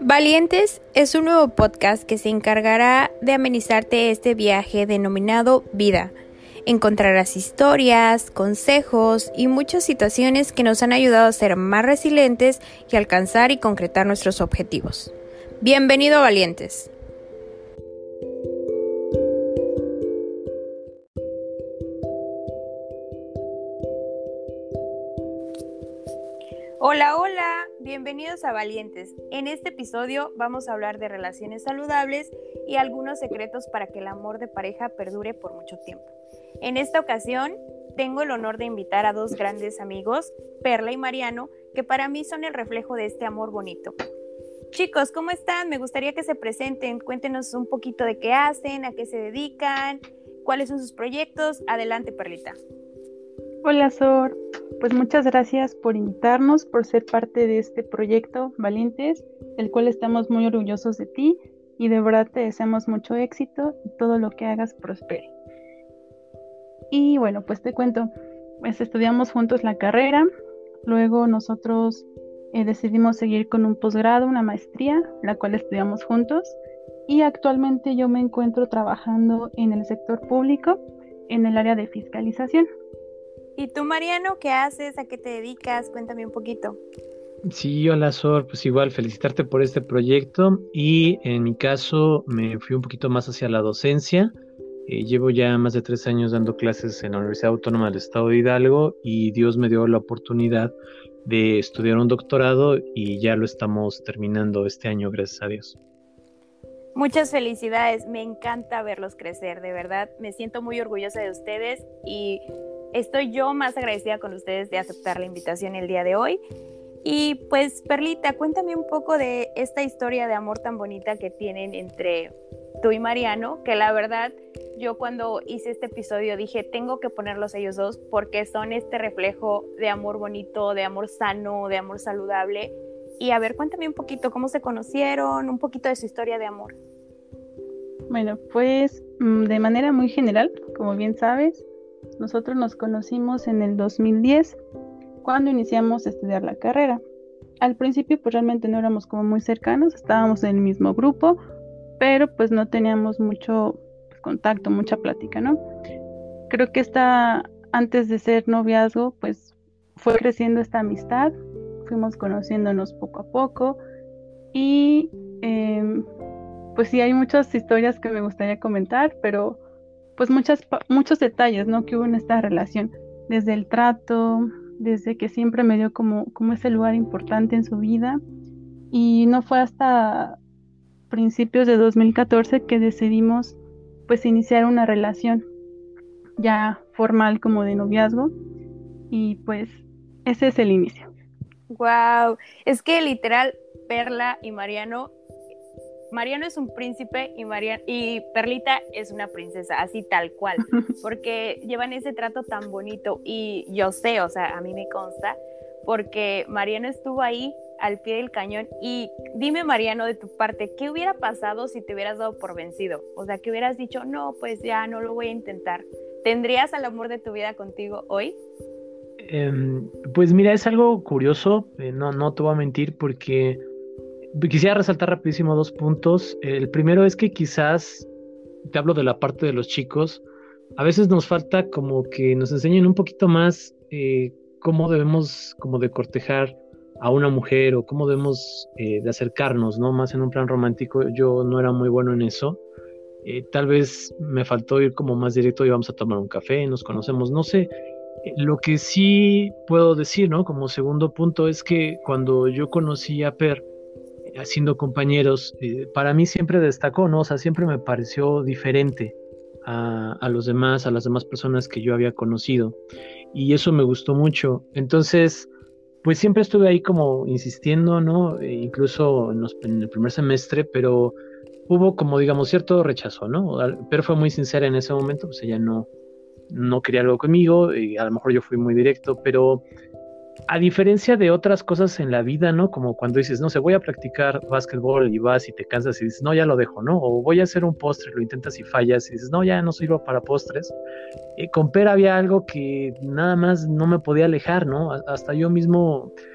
Valientes es un nuevo podcast que se encargará de amenizarte este viaje denominado vida. Encontrarás historias, consejos y muchas situaciones que nos han ayudado a ser más resilientes y alcanzar y concretar nuestros objetivos. Bienvenido a Valientes. Hola, bienvenidos a Valientes. En este episodio vamos a hablar de relaciones saludables y algunos secretos para que el amor de pareja perdure por mucho tiempo. En esta ocasión tengo el honor de invitar a dos grandes amigos, Perla y Mariano, que para mí son el reflejo de este amor bonito. Chicos, ¿cómo están? Me gustaría que se presenten, cuéntenos un poquito de qué hacen, a qué se dedican, cuáles son sus proyectos. Adelante, Perlita. Hola, Sor. Pues muchas gracias por invitarnos, por ser parte de este proyecto Valientes, del cual estamos muy orgullosos de ti y de verdad te deseamos mucho éxito y todo lo que hagas prospere. Y bueno, pues te cuento, pues estudiamos juntos la carrera, luego nosotros decidimos seguir con un posgrado, una maestría, la cual estudiamos juntos y actualmente yo me encuentro trabajando en el sector público, en el área de fiscalización. ¿Y tú, Mariano, qué haces? ¿A qué te dedicas? Cuéntame un poquito. Sí, hola Sor, pues igual felicitarte por este proyecto y en mi caso me fui un poquito más hacia la docencia. Llevo ya más de 3 años dando clases en la Universidad Autónoma del Estado de Hidalgo y Dios me dio la oportunidad de estudiar un doctorado y ya lo estamos terminando este año, gracias a Dios. Muchas felicidades, me encanta verlos crecer, de verdad, me siento muy orgullosa de ustedes y estoy yo más agradecida con ustedes de aceptar la invitación el día de hoy. Y pues, Perlita, cuéntame un poco de esta historia de amor tan bonita que tienen entre tú y Mariano, que la verdad, yo cuando hice este episodio dije, tengo que ponerlos ellos dos porque son este reflejo de amor bonito, de amor sano, de amor saludable. Y a ver, cuéntame un poquito cómo se conocieron, un poquito de su historia de amor. Bueno, pues de manera muy general, como bien sabes, nosotros nos conocimos en el 2010, cuando iniciamos a estudiar la carrera. Al principio pues realmente no éramos como muy cercanos, estábamos en el mismo grupo, pero pues no teníamos mucho contacto, mucha plática, ¿no? Creo que antes de ser noviazgo, pues fue creciendo esta amistad, fuimos conociéndonos poco a poco y pues sí hay muchas historias que me gustaría comentar, pero pues muchos detalles, ¿no? Que hubo en esta relación, desde el trato, desde que siempre me dio como ese lugar importante en su vida, y no fue hasta principios de 2014 que decidimos pues iniciar una relación ya formal como de noviazgo, y pues ese es el inicio. Wow, es que literal Perla y Mariano es un príncipe y Perlita es una princesa, así tal cual, porque llevan ese trato tan bonito y yo sé, o sea, a mí me consta, porque Mariano estuvo ahí al pie del cañón. Y dime, Mariano, de tu parte, ¿qué hubiera pasado si te hubieras dado por vencido? O sea, que hubieras dicho, no, pues ya no lo voy a intentar. ¿Tendrías al amor de tu vida contigo hoy? Pues mira, es algo curioso, no te voy a mentir porque quisiera resaltar rapidísimo 2 puntos. El primero es que quizás, te hablo de la parte de los chicos, a veces nos falta como que nos enseñen un poquito más cómo debemos como de cortejar a una mujer o cómo debemos de acercarnos, ¿no? Más en un plan romántico. Yo no era muy bueno en eso. Tal vez me faltó ir como más directo y vamos a tomar un café, nos conocemos, no sé. Lo que sí puedo decir, ¿no? Como segundo punto es que cuando yo conocí a Per, haciendo compañeros, para mí siempre destacó, ¿no? O sea, siempre me pareció diferente a los demás, a las demás personas que yo había conocido. Y eso me gustó mucho. Entonces, pues siempre estuve ahí como insistiendo, ¿no? Incluso en el primer semestre, pero hubo como, digamos, cierto rechazo, ¿no? Pero fue muy sincera en ese momento, pues ella no quería algo conmigo, y a lo mejor yo fui muy directo, pero a diferencia de otras cosas en la vida, ¿no? Como cuando dices, no sé, voy a practicar básquetbol y vas y te cansas y dices, no, ya lo dejo, ¿no? O voy a hacer un postre, lo intentas y fallas y dices, no, ya no sirvo para postres. Con Per había algo que nada más no me podía alejar, ¿no? Hasta yo mismo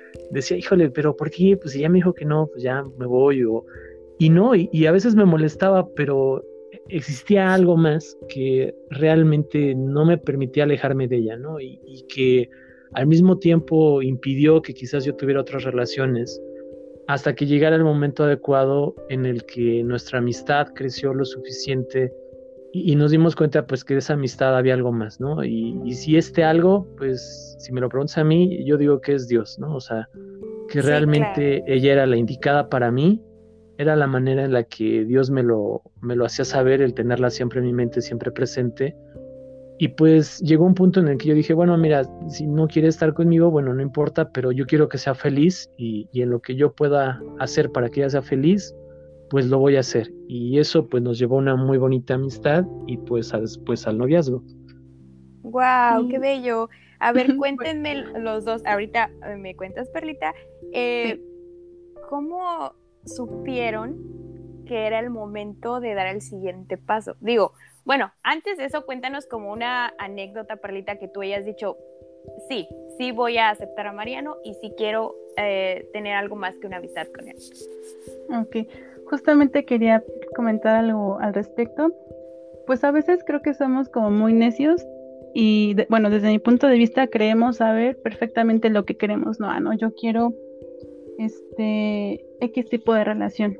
decía, híjole, pero ¿por qué? Pues si ya me dijo que no, pues ya me voy, y no, y a veces me molestaba, pero existía algo más que realmente no me permitía alejarme de ella, ¿no? Y que al mismo tiempo impidió que quizás yo tuviera otras relaciones hasta que llegara el momento adecuado en el que nuestra amistad creció lo suficiente y nos dimos cuenta pues que de esa amistad había algo más, ¿no? Y si este algo, pues si me lo preguntas a mí, yo digo que es Dios, ¿no? O sea, que Sí, claro. realmente ella era la indicada para mí, era la manera en la que Dios me lo hacía saber, el tenerla siempre en mi mente, siempre presente. Y pues llegó un punto en el que yo dije, bueno, mira, si no quiere estar conmigo, bueno, no importa, pero yo quiero que sea feliz y en lo que yo pueda hacer para que ella sea feliz, pues lo voy a hacer. Y eso pues nos llevó a una muy bonita amistad y pues después al noviazgo. Wow, qué Sí, bello. A ver, pues, cuéntenme los dos. Ahorita me cuentas, Perlita, sí. ¿cómo supieron que era el momento de dar el siguiente paso? Digo, bueno, antes de eso, cuéntanos como una anécdota, Perlita, que tú hayas dicho, sí, sí voy a aceptar a Mariano y sí quiero tener algo más que una amistad con él. Ok, justamente quería comentar algo al respecto. Pues a veces creo que somos como muy necios y bueno, desde mi punto de vista creemos saber perfectamente lo que queremos, no, no, yo quiero X tipo de relación,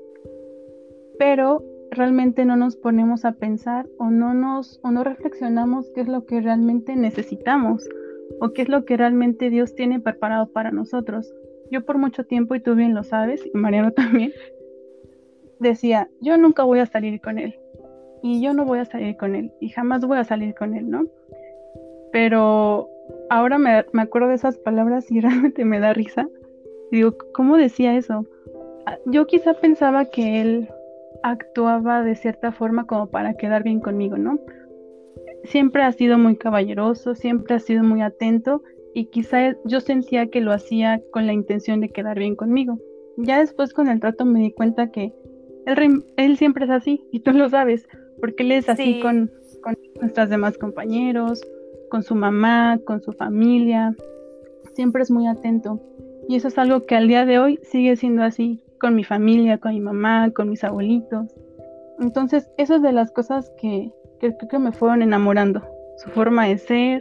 pero realmente no nos ponemos a pensar o no reflexionamos qué es lo que realmente necesitamos o qué es lo que realmente Dios tiene preparado para nosotros. Yo por mucho tiempo, y tú bien lo sabes, y Mariano también, decía, yo nunca voy a salir con él, y yo no voy a salir con él, y jamás voy a salir con él, ¿no? Pero ahora me acuerdo de esas palabras y realmente me da risa. Y digo, ¿cómo decía eso? Yo quizá pensaba que él actuaba de cierta forma como para quedar bien conmigo, ¿no? Siempre ha sido muy caballeroso, siempre ha sido muy atento y quizá yo sentía que lo hacía con la intención de quedar bien conmigo. Ya después con el trato me di cuenta que él siempre es así y tú lo sabes, porque él es así Sí, con nuestros demás compañeros, con su mamá, con su familia, siempre es muy atento. Y eso es algo que al día de hoy sigue siendo así con mi familia, con mi mamá, con mis abuelitos. Entonces, eso es de las cosas que creo que me fueron enamorando, su forma de ser.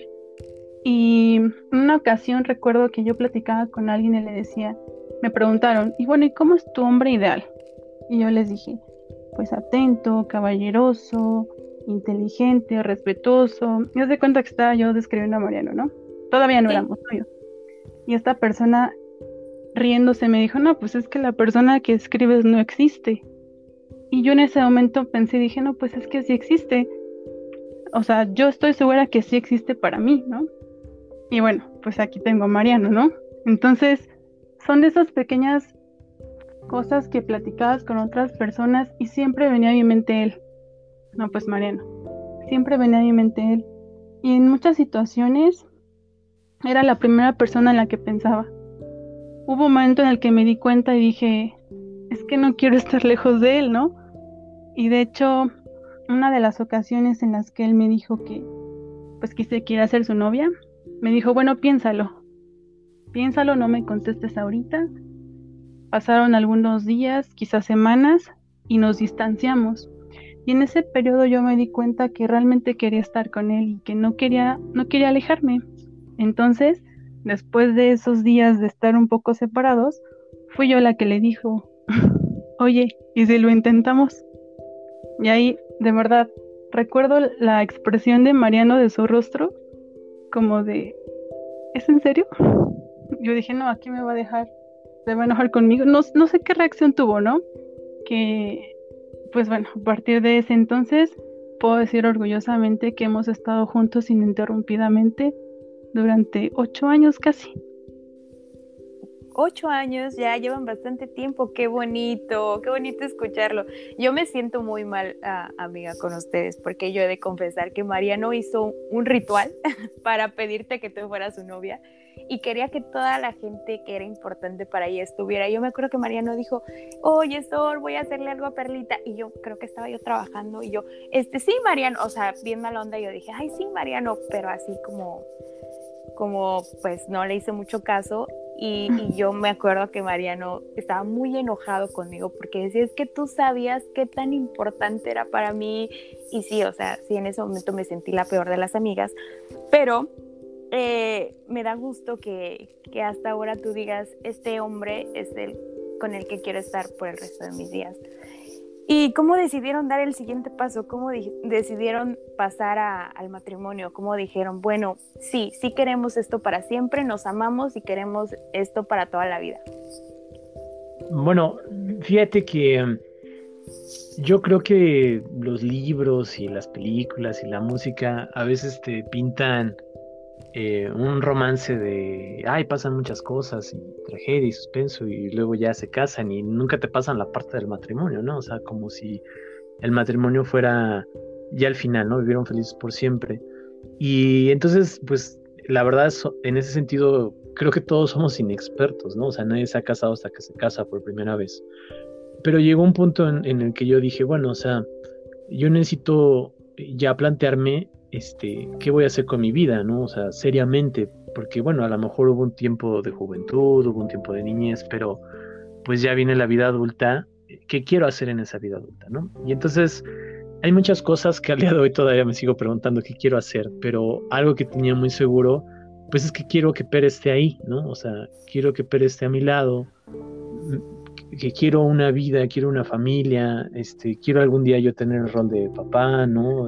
Y en una ocasión recuerdo que yo platicaba con alguien y le decía, me preguntaron, y bueno, ¿y cómo es tu hombre ideal? Y yo les dije, pues atento, caballeroso, inteligente, respetuoso. Y haz de cuenta que estaba yo describiendo a Mariano, ¿no? Todavía no sí. éramos novios. Y esta persona riéndose me dijo, no, pues es que la persona que escribes no existe. Y yo en ese momento pensé, dije, no, pues es que sí existe. O sea, yo estoy segura que sí existe para mí, ¿no? Y bueno, pues aquí tengo a Mariano, ¿no? Entonces, son de esas pequeñas cosas que platicabas con otras personas y siempre venía a mi mente él. No, pues Mariano, siempre venía a mi mente él. Y en muchas situaciones era la primera persona en la que pensaba. Hubo un momento en el que me di cuenta y dije, es que no quiero estar lejos de él, ¿no? Y de hecho, una de las ocasiones en las que él me dijo que, pues que se quiere hacer su novia, me dijo, bueno, piénsalo, no me contestes ahorita. Pasaron algunos días, quizás semanas, y nos distanciamos. Y en ese periodo yo me di cuenta que realmente quería estar con él y que no quería alejarme. Entonces, después de esos días de estar un poco separados, fui yo la que le dijo, oye, ¿y si lo intentamos? Y ahí, de verdad, recuerdo la expresión de Mariano de su rostro, como de, ¿es en serio? Yo dije, no, aquí me va a dejar, se va a enojar conmigo. No, no sé qué reacción tuvo, ¿no? Que, pues bueno, a partir de ese entonces, puedo decir orgullosamente que hemos estado juntos ininterrumpidamente durante 8 años casi. 8 años ya llevan bastante tiempo, qué bonito escucharlo. Yo me siento muy mal, amiga, con ustedes, porque yo he de confesar que Mariano hizo un ritual para pedirte que tú fueras su novia y quería que toda la gente que era importante para ella estuviera. Yo me acuerdo que Mariano dijo, oye, Sol, voy a hacerle algo a Perlita, y yo creo que estaba yo trabajando y yo, sí, Mariano, o sea, bien mala onda, yo dije, ay, sí, Mariano, pero así como pues no le hice mucho caso y yo me acuerdo que Mariano estaba muy enojado conmigo porque decía, es que tú sabías qué tan importante era para mí. Y sí, o sea, sí, en ese momento me sentí la peor de las amigas, pero me da gusto que hasta ahora tú digas, este hombre es el con el que quiero estar por el resto de mis días. ¿Y cómo decidieron dar el siguiente paso? ¿Cómo decidieron pasar al matrimonio? ¿Cómo dijeron, bueno, sí queremos esto para siempre, nos amamos y queremos esto para toda la vida? Bueno, fíjate que yo creo que los libros y las películas y la música a veces te pintan un romance de, ay, pasan muchas cosas y tragedia y suspenso y luego ya se casan y nunca te pasan la parte del matrimonio, ¿no? O sea, como si el matrimonio fuera ya el final, ¿no? Vivieron felices por siempre. Y entonces, pues, la verdad, en ese sentido, creo que todos somos inexpertos, ¿no? O sea, nadie se ha casado hasta que se casa por primera vez. Pero llegó un punto en el que yo dije, bueno, o sea, yo necesito ya plantearme, qué voy a hacer con mi vida, ¿no? O sea, seriamente, porque bueno, a lo mejor hubo un tiempo de juventud, hubo un tiempo de niñez, pero pues ya viene la vida adulta, ¿qué quiero hacer en esa vida adulta, ¿no? Y entonces hay muchas cosas que al día de hoy todavía me sigo preguntando qué quiero hacer, pero algo que tenía muy seguro, pues es que quiero que Pere esté ahí, ¿no? O sea, quiero que Pere esté a mi lado, que quiero una vida, quiero una familia, quiero algún día yo tener el rol de papá, ¿no?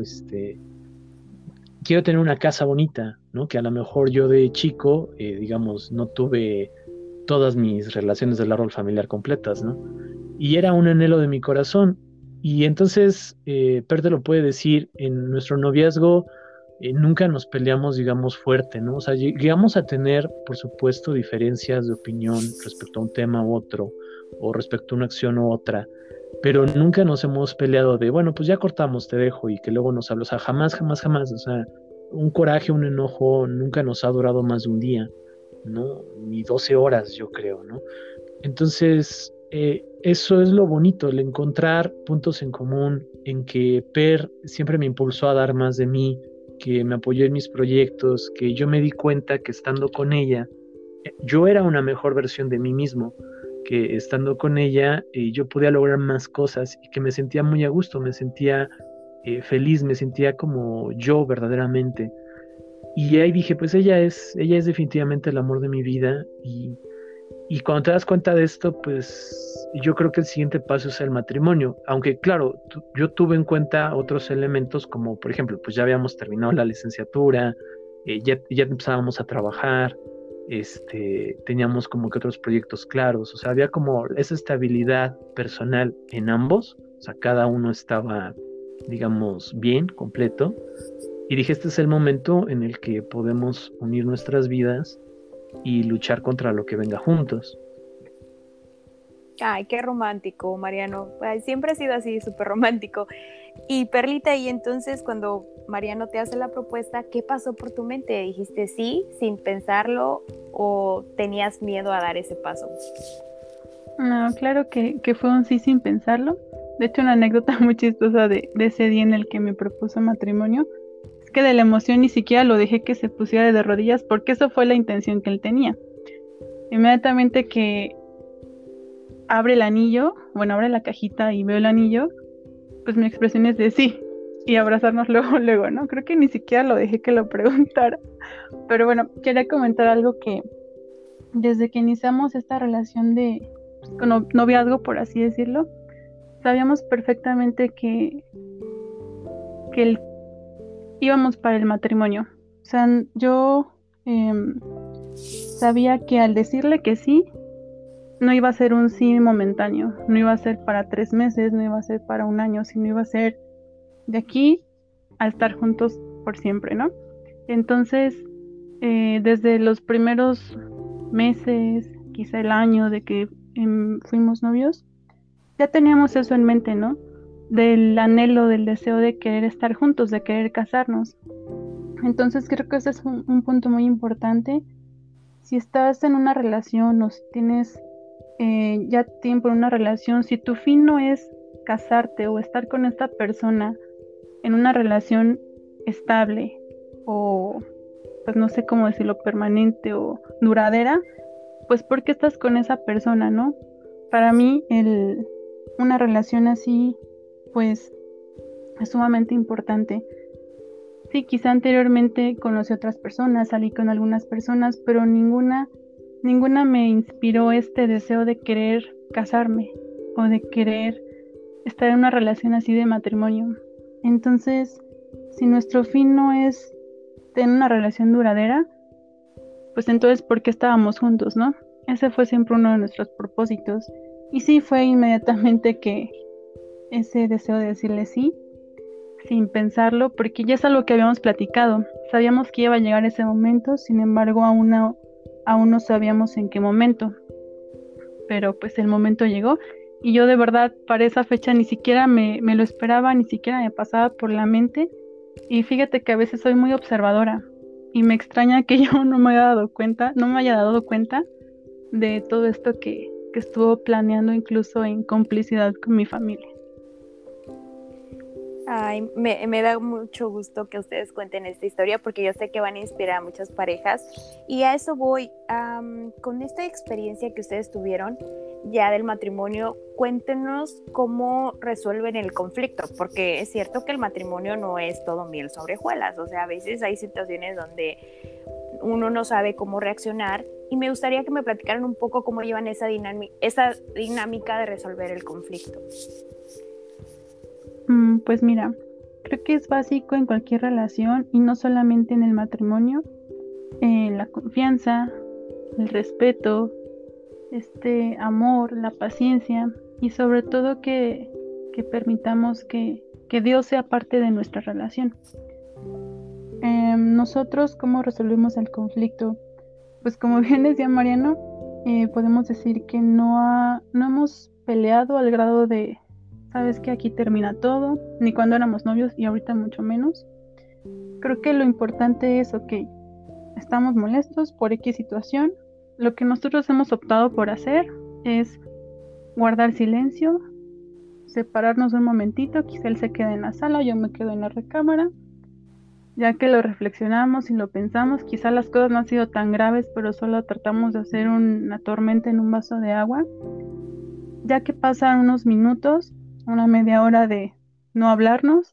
Quiero tener una casa bonita, ¿no? Que a lo mejor yo de chico, digamos, no tuve todas mis relaciones del árbol familiar completas, ¿no? Y era un anhelo de mi corazón. Y entonces, Per te lo puede decir, en nuestro noviazgo nunca nos peleamos, digamos, fuerte, ¿no? O sea, llegamos a tener, por supuesto, diferencias de opinión respecto a un tema u otro, o respecto a una acción u otra, pero nunca nos hemos peleado de, bueno, pues ya cortamos, te dejo, y que luego nos hablo, o sea, jamás, jamás, jamás, o sea, un coraje, un enojo nunca nos ha durado más de un día, ¿no? Ni 12 horas, yo creo, ¿no? Entonces, eso es lo bonito, el encontrar puntos en común, en que Per siempre me impulsó a dar más de mí, que me apoyó en mis proyectos, que yo me di cuenta que estando con ella, yo era una mejor versión de mí mismo, que estando con ella yo podía lograr más cosas y que me sentía muy a gusto, me sentía feliz, me sentía como yo verdaderamente. Y ahí dije, pues ella es definitivamente el amor de mi vida y cuando te das cuenta de esto, pues yo creo que el siguiente paso es el matrimonio. Aunque claro, yo tuve en cuenta otros elementos como, por ejemplo, pues ya habíamos terminado la licenciatura, ya empezábamos a trabajar, teníamos como que otros proyectos claros, o sea, había como esa estabilidad personal en ambos, o sea, cada uno estaba, digamos, bien, completo. Y dije, este es el momento en el que podemos unir nuestras vidas y luchar contra lo que venga juntos. Ay, qué romántico, Mariano. Ay, siempre ha sido así, súper romántico. Y Perlita, y entonces cuando Mariano te hace la propuesta, ¿qué pasó por tu mente? ¿Dijiste sí sin pensarlo o tenías miedo a dar ese paso? No, claro que fue un sí sin pensarlo. De hecho, una anécdota muy chistosa de ese día en el que me propuso matrimonio es que de la emoción ni siquiera lo dejé que se pusiera de rodillas porque eso fue la intención que él tenía. Inmediatamente que abre el anillo, bueno, abre la cajita y veo el anillo, pues mi expresión es de sí y abrazarnos luego, luego, ¿no? Creo que ni siquiera lo dejé que lo preguntara. Pero bueno, quería comentar algo que desde que iniciamos esta relación de noviazgo, por así decirlo, sabíamos perfectamente que íbamos para el matrimonio. O sea, yo sabía que al decirle que sí, no iba a ser un sí momentáneo, no iba a ser para 3 meses, no iba a ser para un año, sino iba a ser de aquí a estar juntos por siempre, ¿no? Entonces, desde los primeros meses, quizá el año de que fuimos novios, ya teníamos eso en mente, ¿no? Del anhelo, del deseo de querer estar juntos, de querer casarnos. Entonces creo que ese es un punto muy importante. Si estás en una relación o si tienes ya tiempo en una relación, si tu fin no es casarte o estar con esta persona en una relación estable o pues no sé cómo decirlo, permanente o duradera, pues por qué estás con esa persona, ¿no? Para mí una relación así, pues es sumamente importante. Sí, quizá anteriormente conocí a otras personas, salí con algunas personas, pero ninguna me inspiró este deseo de querer casarme o de querer estar en una relación así de matrimonio. Entonces, si nuestro fin no es tener una relación duradera, pues entonces, ¿por qué estábamos juntos, no? Ese fue siempre uno de nuestros propósitos. Y sí, fue inmediatamente que ese deseo de decirle sí, sin pensarlo, porque ya es algo que habíamos platicado. Sabíamos que iba a llegar ese momento, sin embargo, aún no sabíamos en qué momento. Pero pues el momento llegó y yo de verdad para esa fecha ni siquiera me lo esperaba, ni siquiera me pasaba por la mente. Y fíjate que a veces soy muy observadora y me extraña que yo no me haya dado cuenta de todo esto que estuvo planeando incluso en complicidad con mi familia. Ay, me da mucho gusto que ustedes cuenten esta historia porque yo sé que van a inspirar a muchas parejas y a eso voy. Con esta experiencia que ustedes tuvieron ya del matrimonio, cuéntenos cómo resuelven el conflicto, porque es cierto que el matrimonio no es todo miel sobre hojuelas, o sea, a veces hay situaciones donde uno no sabe cómo reaccionar y me gustaría que me platicaran un poco cómo llevan esa dinámica de resolver el conflicto. Pues mira, creo que es básico en cualquier relación y no solamente en el matrimonio, la confianza, el respeto, este amor, la paciencia y sobre todo que permitamos que Dios sea parte de nuestra relación. Nosotros, ¿cómo resolvimos el conflicto? Pues como bien decía Mariano, podemos decir que no hemos peleado al grado de sabes que aquí termina todo, ni cuando éramos novios y ahorita mucho menos. Creo que lo importante es, ok, estamos molestos por X situación. Lo que nosotros hemos optado por hacer es guardar silencio, separarnos un momentito, quizá él se quede en la sala, yo me quedo en la recámara. Ya que lo reflexionamos y lo pensamos, quizá las cosas no han sido tan graves, pero solo tratamos de hacer una tormenta en un vaso de agua. Ya que pasan unos minutos, una media hora de no hablarnos,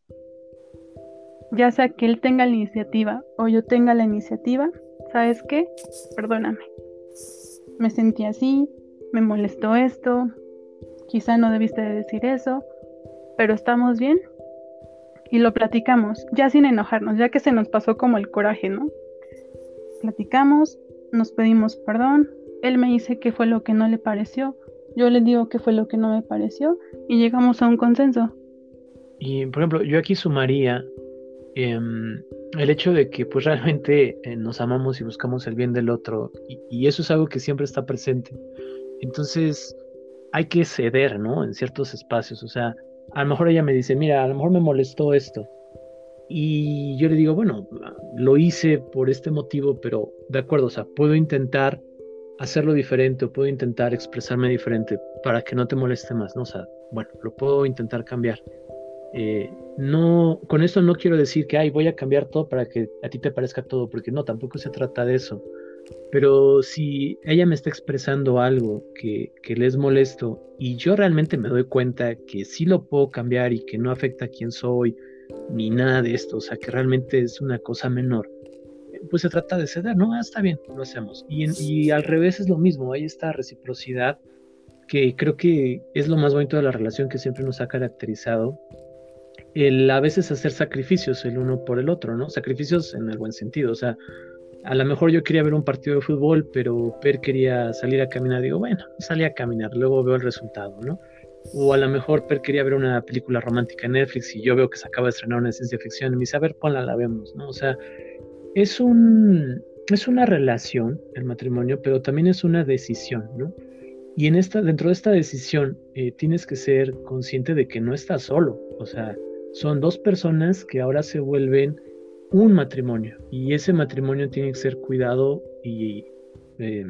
ya sea que él tenga la iniciativa o yo tenga la iniciativa, ¿sabes qué? Perdóname. Me sentí así, me molestó esto, quizá no debiste de decir eso, pero estamos bien y lo platicamos, ya sin enojarnos, ya que se nos pasó como el coraje, ¿no? Platicamos, nos pedimos perdón, él me dice qué fue lo que no le pareció, yo le digo qué fue lo que no me pareció y llegamos a un consenso. Y por ejemplo, yo aquí sumaría el hecho de que pues realmente nos amamos y buscamos el bien del otro y eso es algo que siempre está presente. Entonces hay que ceder, ¿no? En ciertos espacios. O sea, a lo mejor ella me dice, mira, a lo mejor me molestó esto. Y yo le digo, bueno, lo hice por este motivo, pero de acuerdo, o sea, puedo intentar hacerlo diferente o puedo intentar expresarme diferente para que no te moleste más, ¿no? O sea, bueno, lo puedo intentar cambiar. No, con esto no quiero decir que, ay, voy a cambiar todo para que a ti te parezca todo, porque no, tampoco se trata de eso. Pero si ella me está expresando algo que le es molesto y yo realmente me doy cuenta que sí lo puedo cambiar y que no afecta a quién soy ni nada de esto, o sea, que realmente es una cosa menor, pues se trata de ceder, ¿no? Ah, está bien, lo hacemos. Y al revés es lo mismo, hay esta reciprocidad que creo que es lo más bonito de la relación que siempre nos ha caracterizado, el a veces hacer sacrificios el uno por el otro, ¿no? Sacrificios en el buen sentido, o sea, a lo mejor yo quería ver un partido de fútbol, pero Per quería salir a caminar. Digo, bueno, salí a caminar, luego veo el resultado, ¿no? O a lo mejor Per quería ver una película romántica en Netflix y yo veo que se acaba de estrenar una de ciencia ficción y me dice, a ver, ponla, la vemos, ¿no? O sea, es es una relación, el matrimonio, pero también es una decisión, ¿no? Y dentro de esta decisión, tienes que ser consciente de que no estás solo. O sea, son dos personas que ahora se vuelven un matrimonio. Y ese matrimonio tiene que ser cuidado y eh,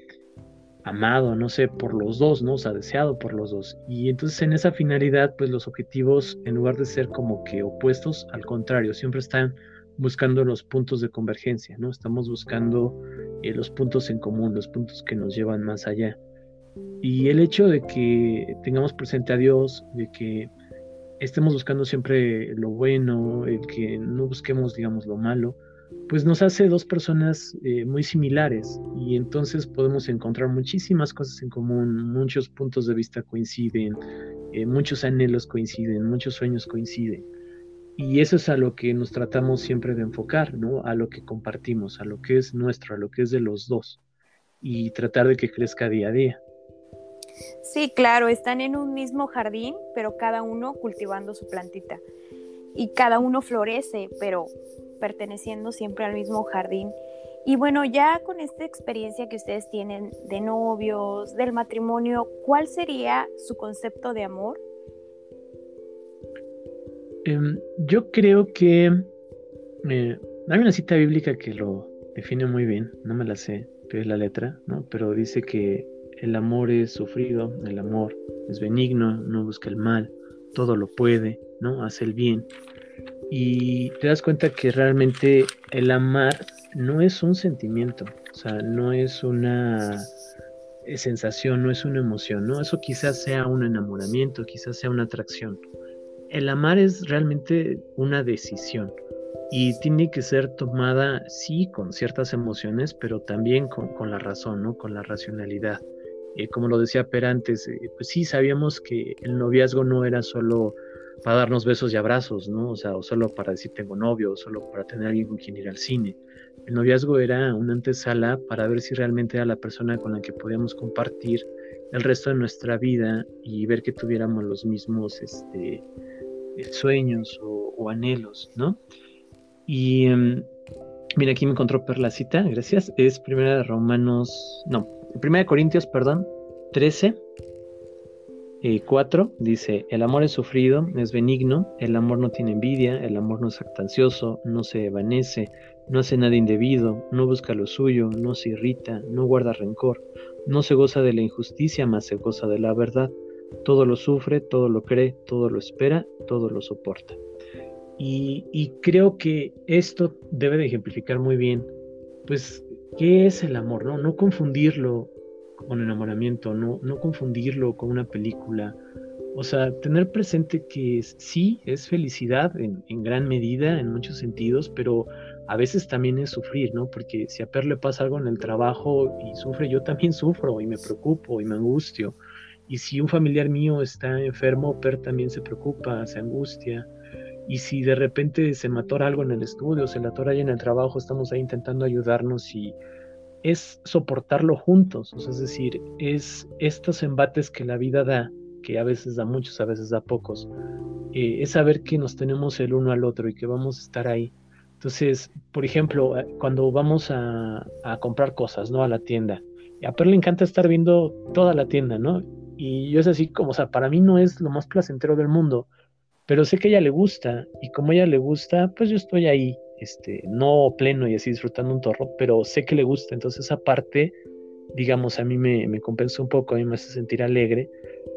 amado, no sé, por los dos, ¿no? O sea, deseado por los dos. Y entonces en esa finalidad, pues los objetivos, en lugar de ser como que opuestos, al contrario, siempre están buscando los puntos de convergencia, ¿no? Estamos buscando los puntos en común, los puntos que nos llevan más allá. Y el hecho de que tengamos presente a Dios, de que estemos buscando siempre lo bueno, el que no busquemos, digamos, lo malo, pues nos hace dos personas muy similares y entonces podemos encontrar muchísimas cosas en común, muchos puntos de vista coinciden, muchos anhelos coinciden, muchos sueños coinciden. Y eso es a lo que nos tratamos siempre de enfocar, ¿no? A lo que compartimos, a lo que es nuestro, a lo que es de los dos y tratar de que crezca día a día. Sí, claro, están en un mismo jardín, pero cada uno cultivando su plantita. Y cada uno florece, pero perteneciendo siempre al mismo jardín. Y bueno, ya con esta experiencia que ustedes tienen de novios, del matrimonio, ¿cuál sería su concepto de amor? Yo creo que hay una cita bíblica que lo define muy bien, no me la sé, pero es la letra, ¿no? Pero dice que el amor es sufrido, el amor es benigno, no busca el mal, todo lo puede, ¿no? Hace el bien. Y te das cuenta que realmente el amar no es un sentimiento, o sea, no es una sensación, no es una emoción, ¿no? Eso quizás sea un enamoramiento, quizás sea una atracción. El amar es realmente una decisión y tiene que ser tomada, sí, con ciertas emociones, pero también con la razón, ¿no? Con la racionalidad. Como lo decía Per antes, pues sí, sabíamos que el noviazgo no era solo para darnos besos y abrazos, ¿no? O sea, o solo para decir tengo novio, o solo para tener alguien con quien ir al cine. El noviazgo era una antesala para ver si realmente era la persona con la que podíamos compartir el resto de nuestra vida y ver que tuviéramos los mismos sueños o anhelos, ¿no? Y mira, aquí me encontró Per la cita, gracias. Es Primera de Corintios, perdón, 13, 4, dice, el amor es sufrido, es benigno, el amor no tiene envidia, el amor no es jactancioso, no se evanece, no hace nada indebido, no busca lo suyo, no se irrita, no guarda rencor, no se goza de la injusticia, mas se goza de la verdad. Todo lo sufre, todo lo cree, todo lo espera, todo lo soporta. Y creo que esto debe de ejemplificar muy bien, pues, ¿qué es el amor? No confundirlo con enamoramiento, no confundirlo con una película. O sea, tener presente que sí, es felicidad en gran medida, en muchos sentidos, pero a veces también es sufrir, ¿no? Porque si a Per le pasa algo en el trabajo y sufre, yo también sufro y me preocupo y me angustio. Y si un familiar mío está enfermo, Per también se preocupa, se angustia. Y si de repente se me atora algo en el estudio, se le atora ahí en el trabajo, estamos ahí intentando ayudarnos y es soportarlo juntos. O sea, es decir, es estos embates que la vida da, que a veces da muchos, a veces da pocos, es saber que nos tenemos el uno al otro y que vamos a estar ahí. Entonces, por ejemplo, cuando vamos a comprar cosas, ¿no? A la tienda, a Per le encanta estar viendo toda la tienda, ¿no? Y yo es así como, o sea, para mí no es lo más placentero del mundo, pero sé que a ella le gusta y como a ella le gusta, pues yo estoy ahí, no pleno y así disfrutando un torro, pero sé que le gusta, entonces esa parte, digamos, a mí me compensa un poco, a mí me hace sentir alegre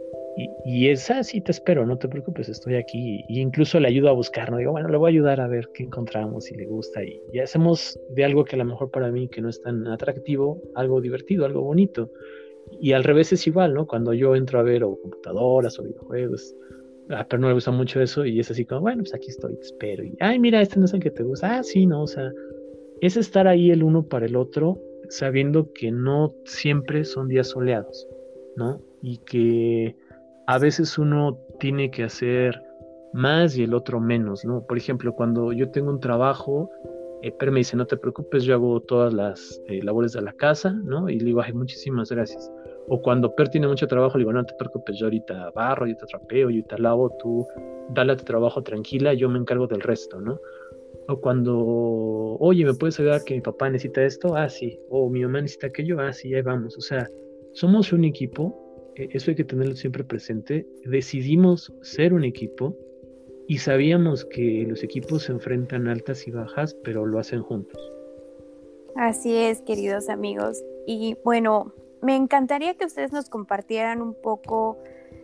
y esa sí te espero, no te preocupes, estoy aquí y incluso le ayudo a buscar, ¿no? Digo, bueno, le voy a ayudar a ver qué encontramos, si le gusta y hacemos de algo que a lo mejor para mí que no es tan atractivo, algo divertido, algo bonito. Y al revés es igual, ¿no? Cuando yo entro a ver o computadoras o videojuegos, pero no me gusta mucho eso y es así como, bueno, pues aquí estoy, te espero. Y, ay, mira, este no es el que te gusta. Ah, sí, no, o sea, es estar ahí el uno para el otro, sabiendo que no siempre son días soleados, ¿no? Y que a veces uno tiene que hacer más y el otro menos, ¿no? Por ejemplo, cuando yo tengo un trabajo, pero me dice, no te preocupes, yo hago todas las labores de la casa, ¿no? Y le digo, ay, muchísimas gracias. O cuando Per tiene mucho trabajo, le digo, no te preocupes, yo ahorita barro, yo te trapeo, yo te lavo, tú dale a tu trabajo tranquila, yo me encargo del resto, ¿no? O cuando, oye, ¿me puedes ayudar que mi papá necesita esto? Ah, sí. O mi mamá necesita aquello. Ah, sí, ahí vamos. O sea, somos un equipo, eso hay que tenerlo siempre presente. Decidimos ser un equipo y sabíamos que los equipos se enfrentan altas y bajas, pero lo hacen juntos. Así es, queridos amigos. Y bueno, me encantaría que ustedes nos compartieran un poco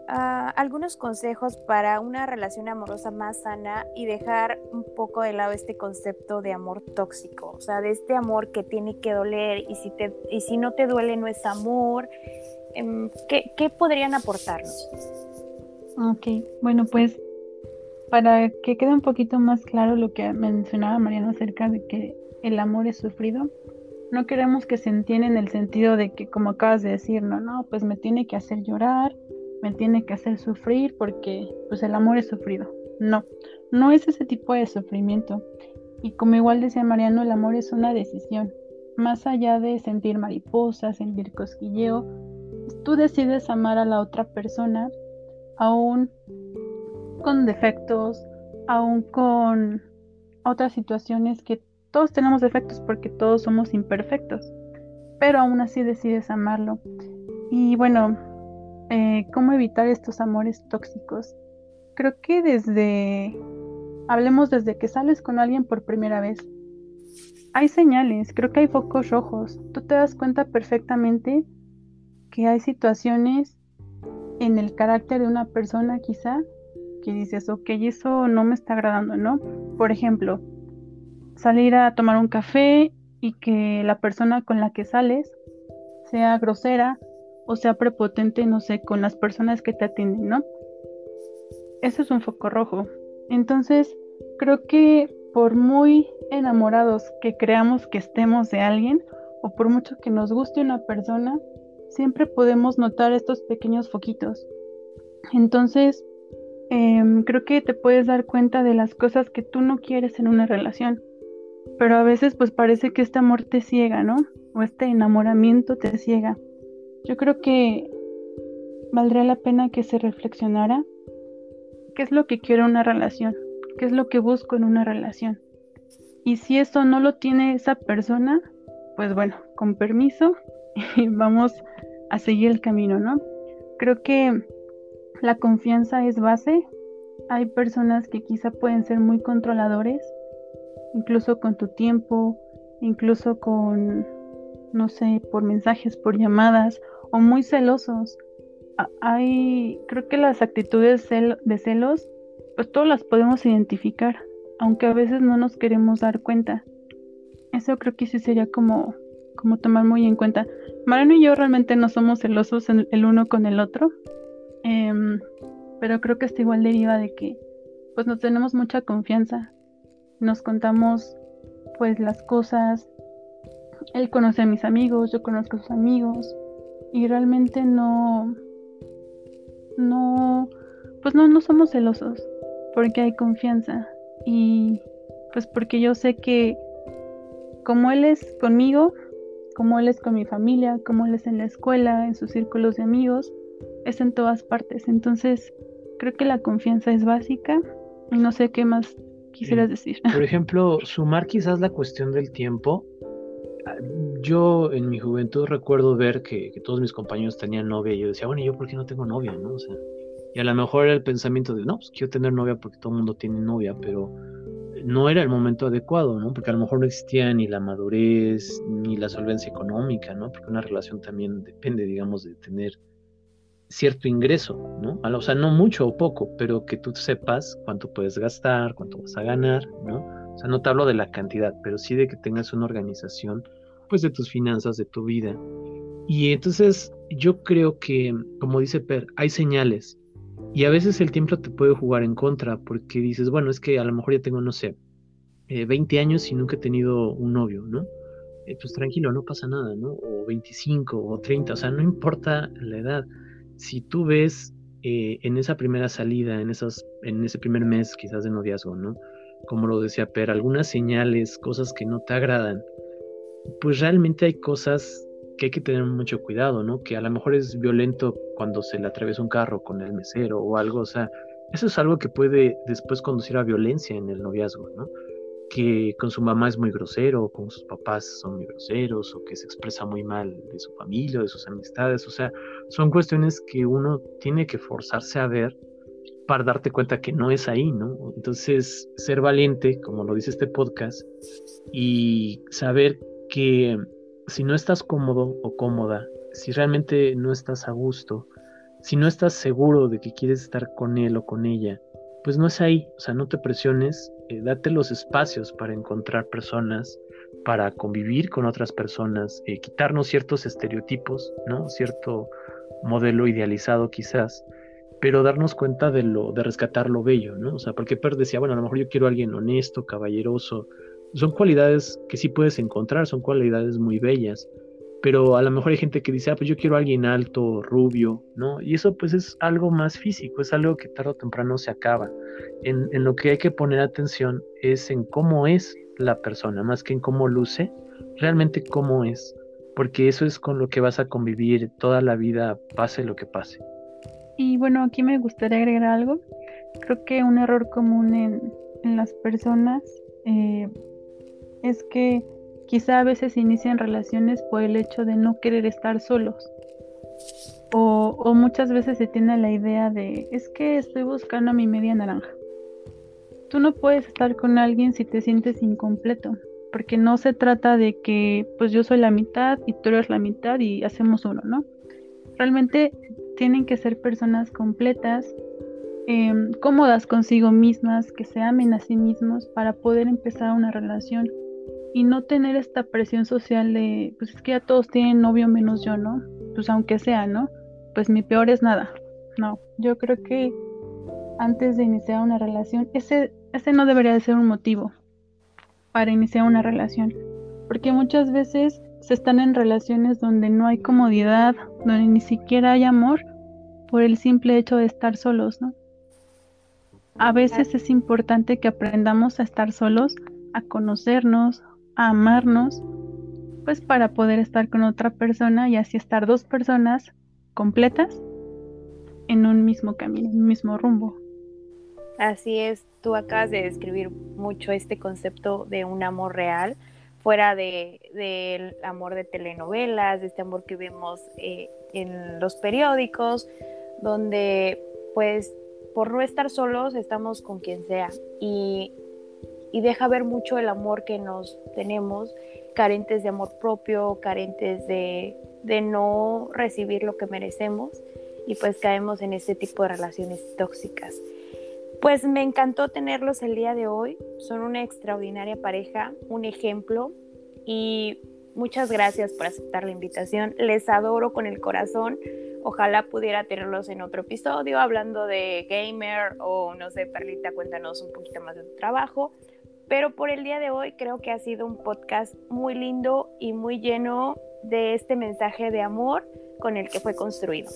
algunos consejos para una relación amorosa más sana y dejar un poco de lado este concepto de amor tóxico, o sea, de este amor que tiene que doler y si no te duele no es amor. ¿Qué podrían aportarnos? Ok, bueno, pues para que quede un poquito más claro lo que mencionaba Mariano acerca de que el amor es sufrido, no queremos que se entienda en el sentido de que, como acabas de decir, no, pues me tiene que hacer llorar, me tiene que hacer sufrir porque pues el amor es sufrido. No, no es ese tipo de sufrimiento. Y como igual decía Mariano, el amor es una decisión. Más allá de sentir mariposas, sentir cosquilleo, tú decides amar a la otra persona aún con defectos, aún con otras situaciones que todos tenemos defectos porque todos somos imperfectos, pero aún así decides amarlo. Y bueno, ¿cómo evitar estos amores tóxicos? Creo que hablemos desde que sales con alguien por primera vez. Hay señales, creo que hay focos rojos. Tú te das cuenta perfectamente que hay situaciones en el carácter de una persona quizá que dices, ok, eso no me está agradando, ¿no? Por ejemplo, salir a tomar un café y que la persona con la que sales sea grosera o sea prepotente, no sé, con las personas que te atienden, ¿no? Eso es un foco rojo. Entonces, creo que por muy enamorados que creamos que estemos de alguien, o por mucho que nos guste una persona, siempre podemos notar estos pequeños foquitos. Entonces, creo que te puedes dar cuenta de las cosas que tú no quieres en una relación, pero a veces pues parece que este amor te ciega, ¿no? O este enamoramiento te ciega. Yo creo que valdría la pena que se reflexionara qué es lo que quiero en una relación, qué es lo que busco en una relación. Y si eso no lo tiene esa persona, pues bueno, con permiso, vamos a seguir el camino, ¿no? Creo que la confianza es base. Hay personas que quizá pueden ser muy controladores, incluso con tu tiempo, incluso con, no sé, por mensajes, por llamadas, o muy celosos. Creo que las actitudes de celos, pues todas las podemos identificar, aunque a veces no nos queremos dar cuenta. Eso creo que sí sería como tomar muy en cuenta. Mariano y yo realmente no somos celosos el uno con el otro, pero creo que esto igual deriva de que pues nos tenemos mucha confianza, nos contamos pues las cosas, él conoce a mis amigos, yo conozco a sus amigos y realmente no somos celosos porque hay confianza y pues porque yo sé que como él es conmigo, como él es con mi familia, como él es en la escuela, en sus círculos de amigos, es en todas partes. Entonces, creo que la confianza es básica y no sé qué más quisieras decir. Por ejemplo, sumar quizás la cuestión del tiempo. Yo en mi juventud recuerdo ver que todos mis compañeros tenían novia y yo decía, bueno, ¿y yo por qué no tengo novia, no? O sea, y a lo mejor era el pensamiento de, no, pues quiero tener novia porque todo el mundo tiene novia, pero no era el momento adecuado, ¿no? Porque a lo mejor no existía ni la madurez ni la solvencia económica, ¿no? Porque una relación también depende, digamos, de tener cierto ingreso, ¿no? O sea, no mucho o poco, pero que tú sepas cuánto puedes gastar, cuánto vas a ganar, ¿no? O sea, no te hablo de la cantidad, pero sí de que tengas una organización, pues, de tus finanzas, de tu vida. Y entonces yo creo que, como dice Per, hay señales. Y a veces el tiempo te puede jugar en contra, porque dices, bueno, es que a lo mejor ya tengo, no sé, 20 años y nunca he tenido un novio, ¿no? Pues tranquilo, no pasa nada, ¿no? O 25 o 30, o sea, no importa la edad. Si tú ves en esa primera salida, en ese primer mes quizás de noviazgo, ¿no? Como lo decía Per, algunas señales, cosas que no te agradan, pues realmente hay cosas que hay que tener mucho cuidado, ¿no? Que a lo mejor es violento cuando se le atraviesa un carro con el mesero o algo, o sea, eso es algo que puede después conducir a violencia en el noviazgo, ¿no? Que con su mamá es muy grosero, o con sus papás son muy groseros, o que se expresa muy mal de su familia, de sus amistades, o sea, son cuestiones que uno tiene que forzarse a ver para darte cuenta que no es ahí, ¿no? Entonces, ser valiente, como lo dice este podcast, y saber que si no estás cómodo o cómoda, si realmente no estás a gusto, Si no estás seguro de que quieres estar con él o con ella, pues no es ahí. O sea, no te presiones, date los espacios para encontrar personas, para convivir con otras personas, quitarnos ciertos estereotipos, ¿no? Cierto modelo idealizado quizás, pero darnos cuenta de rescatar lo bello, ¿no? O sea, porque Per decía, bueno, a lo mejor yo quiero a alguien honesto, caballeroso. Son cualidades que sí puedes encontrar, son cualidades muy bellas, pero a lo mejor hay gente que dice, pues yo quiero a alguien alto, rubio, ¿no? Y eso pues es algo más físico, es algo que tarde o temprano se acaba. En lo que hay que poner atención es en cómo es la persona, más que en cómo luce, realmente cómo es, porque eso es con lo que vas a convivir toda la vida, pase lo que pase. Y bueno, aquí me gustaría agregar algo. Creo que un error común en las personas es que quizá a veces inician relaciones por el hecho de no querer estar solos. O muchas veces se tiene la idea de, es que estoy buscando a mi media naranja. Tú no puedes estar con alguien si te sientes incompleto, porque no se trata de que pues yo soy la mitad y tú eres la mitad y hacemos uno, ¿no? Realmente tienen que ser personas completas, cómodas consigo mismas, que se amen a sí mismos para poder empezar una relación y no tener esta presión social de, pues es que ya todos tienen novio menos yo, ¿no? Pues aunque sea, ¿no? Pues mi peor es nada. No, yo creo que antes de iniciar una relación, ese no debería de ser un motivo para iniciar una relación, porque muchas veces se están en relaciones donde no hay comodidad, donde ni siquiera hay amor, por el simple hecho de estar solos, ¿no? A veces es importante que aprendamos a estar solos, a conocernos, a amarnos, pues para poder estar con otra persona y así estar dos personas completas en un mismo camino, en un mismo rumbo. Así es, tú acabas de describir mucho este concepto de un amor real, fuera del amor de telenovelas, de este amor que vemos en los periódicos, donde pues por no estar solos estamos con quien sea y deja ver mucho el amor que nos tenemos, carentes de amor propio, carentes de no recibir lo que merecemos y pues caemos en este tipo de relaciones tóxicas. Pues me encantó tenerlos el día de hoy, son una extraordinaria pareja, un ejemplo y muchas gracias por aceptar la invitación, les adoro con el corazón, ojalá pudiera tenerlos en otro episodio hablando de gamer o no sé, Perlita, cuéntanos un poquito más de tu trabajo, pero por el día de hoy creo que ha sido un podcast muy lindo y muy lleno de este mensaje de amor con el que fue construido.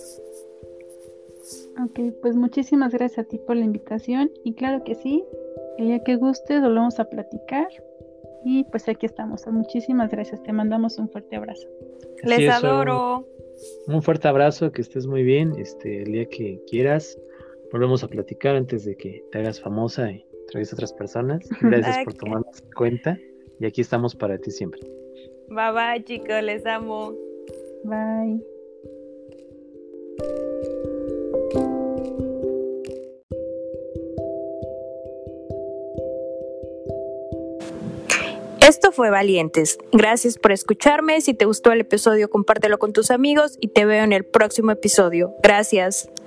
Ok, pues muchísimas gracias a ti por la invitación y claro que sí, el día que gustes volvemos a platicar y pues aquí estamos. Muchísimas gracias, te mandamos un fuerte abrazo. Les adoro. Un fuerte abrazo, que estés muy bien, el día que quieras volvemos a platicar antes de que te hagas famosa y traigas a otras personas. Gracias por tomarnos en cuenta y aquí estamos para ti siempre. Bye bye chicos, les amo. Bye. Esto fue Valientes. Gracias por escucharme. Si te gustó el episodio, compártelo con tus amigos y te veo en el próximo episodio. Gracias.